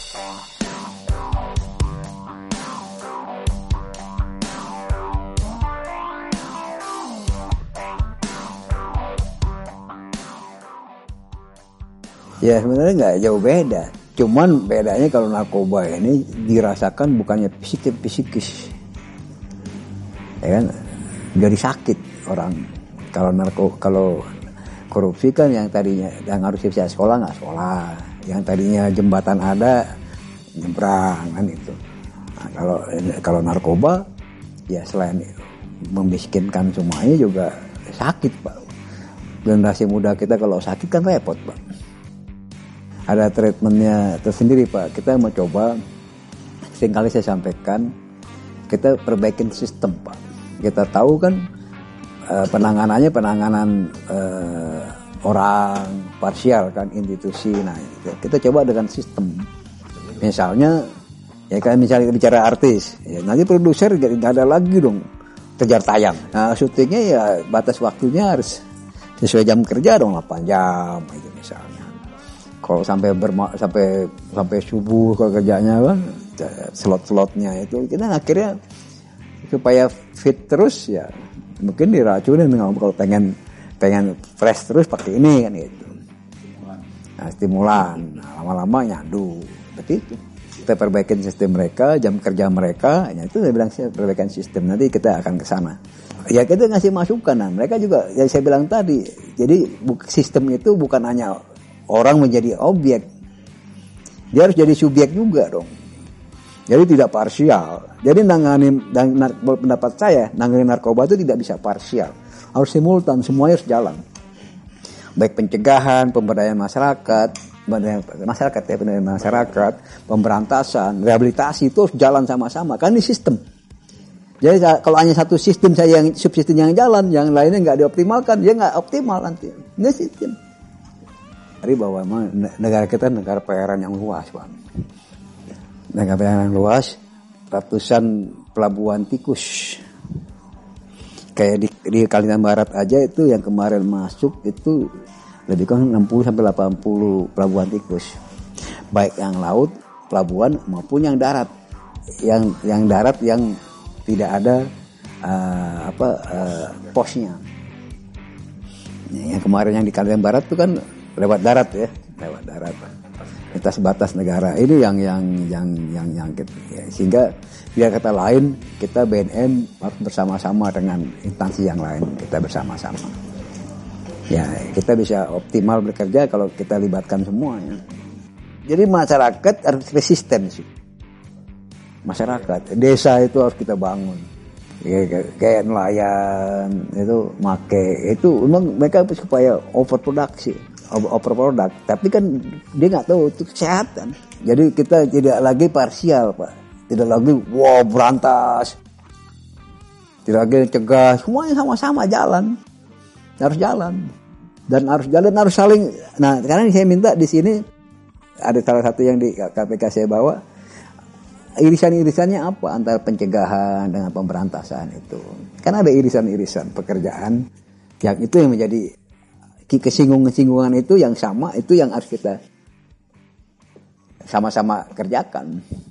Ya sebenarnya nggak jauh beda. Cuman bedanya kalau narkoba ini dirasakan bukannya psikis, ya kan? Jadi sakit orang. Kalau korupsi kan yang tadinya yang harus bisa sekolah nggak sekolah, yang tadinya jembatan ada nyebrang kan itu. Nah, kalau narkoba ya selain memiskinkan semuanya juga sakit Pak. Generasi muda kita kalau sakit kan repot Pak. Ada treatmentnya tersendiri Pak. Kita mau coba, seringkali saya sampaikan, kita perbaikin sistem Pak. Kita tahu kan penanganan orang parsial kan, institusi. Nah kita coba dengan sistem. Misalnya ya kan, misalnya bicara artis, ya, nanti produser nggak ada lagi dong kejar tayang. Nah syutingnya ya batas waktunya harus sesuai jam kerja dong, 8 jam itu misalnya. Kalau sampai subuh kalau kerjanya kan slot-slotnya itu, kita akhirnya supaya fit terus ya mungkin diracunin kalau pengen fresh terus pakai ini kan gitu. Nah, stimulan. Nah, lama-lama nyandu. Seperti itu. Kita perbaikin sistem mereka, jam kerja mereka, ya itu saya bilang saya perbaikan sistem, nanti kita akan ke sana. Ya kita ngasih masukan, nah mereka juga yang saya bilang tadi. Jadi sistem itu bukan hanya orang menjadi objek, dia harus jadi subjek juga dong. Jadi tidak parsial. Jadi pendapat saya, nangani narkoba itu tidak bisa parsial, harus simultan, semuanya harus jalan. Baik pencegahan, pemberdayaan masyarakat, pemberantasan, rehabilitasi itu harus jalan sama-sama. Kan ini sistem. Jadi kalau hanya satu sistem saya yang subsistem yang jalan, yang lainnya nggak dioptimalkan, dia nggak optimal nanti. Ini sistem. Jadi bahwa negara kita negara perairan yang luas, Pak. Negara perairan yang luas, ratusan pelabuhan tikus. Kayak di Kalimantan Barat aja itu yang kemarin masuk itu lebih kurang 60 sampai 80 pelabuhan tikus. Baik yang laut, pelabuhan maupun yang darat. Yang darat yang tidak ada posnya. Yang kemarin yang di Kalimantan Barat itu kan lewat darat ya, lewat darat. Lintas batas negara ini yang gitu, ya. Sehingga biar kata lain kita BNN harus bersama-sama dengan instansi yang lain, kita bersama-sama. Ya kita bisa optimal bekerja kalau kita libatkan semuanya. Jadi masyarakat harus resisten sih. Masyarakat, desa itu harus kita bangun. Kayak nelayan itu itu memang mereka supaya overproduksi. Overproduct, tapi kan dia nggak tahu itu kesehatan. Jadi kita tidak lagi parsial Pak, tidak lagi berantas, tidak lagi cegah, semuanya sama-sama jalan, harus jalan dan harus saling. Nah sekarang saya minta di sini ada salah satu yang di KPK saya bawa, irisan-irisannya apa antara pencegahan dengan pemberantasan itu, kan ada irisan-irisan pekerjaan yang itu yang menjadi kesinggungan itu yang sama, itu yang harus kita sama-sama kerjakan.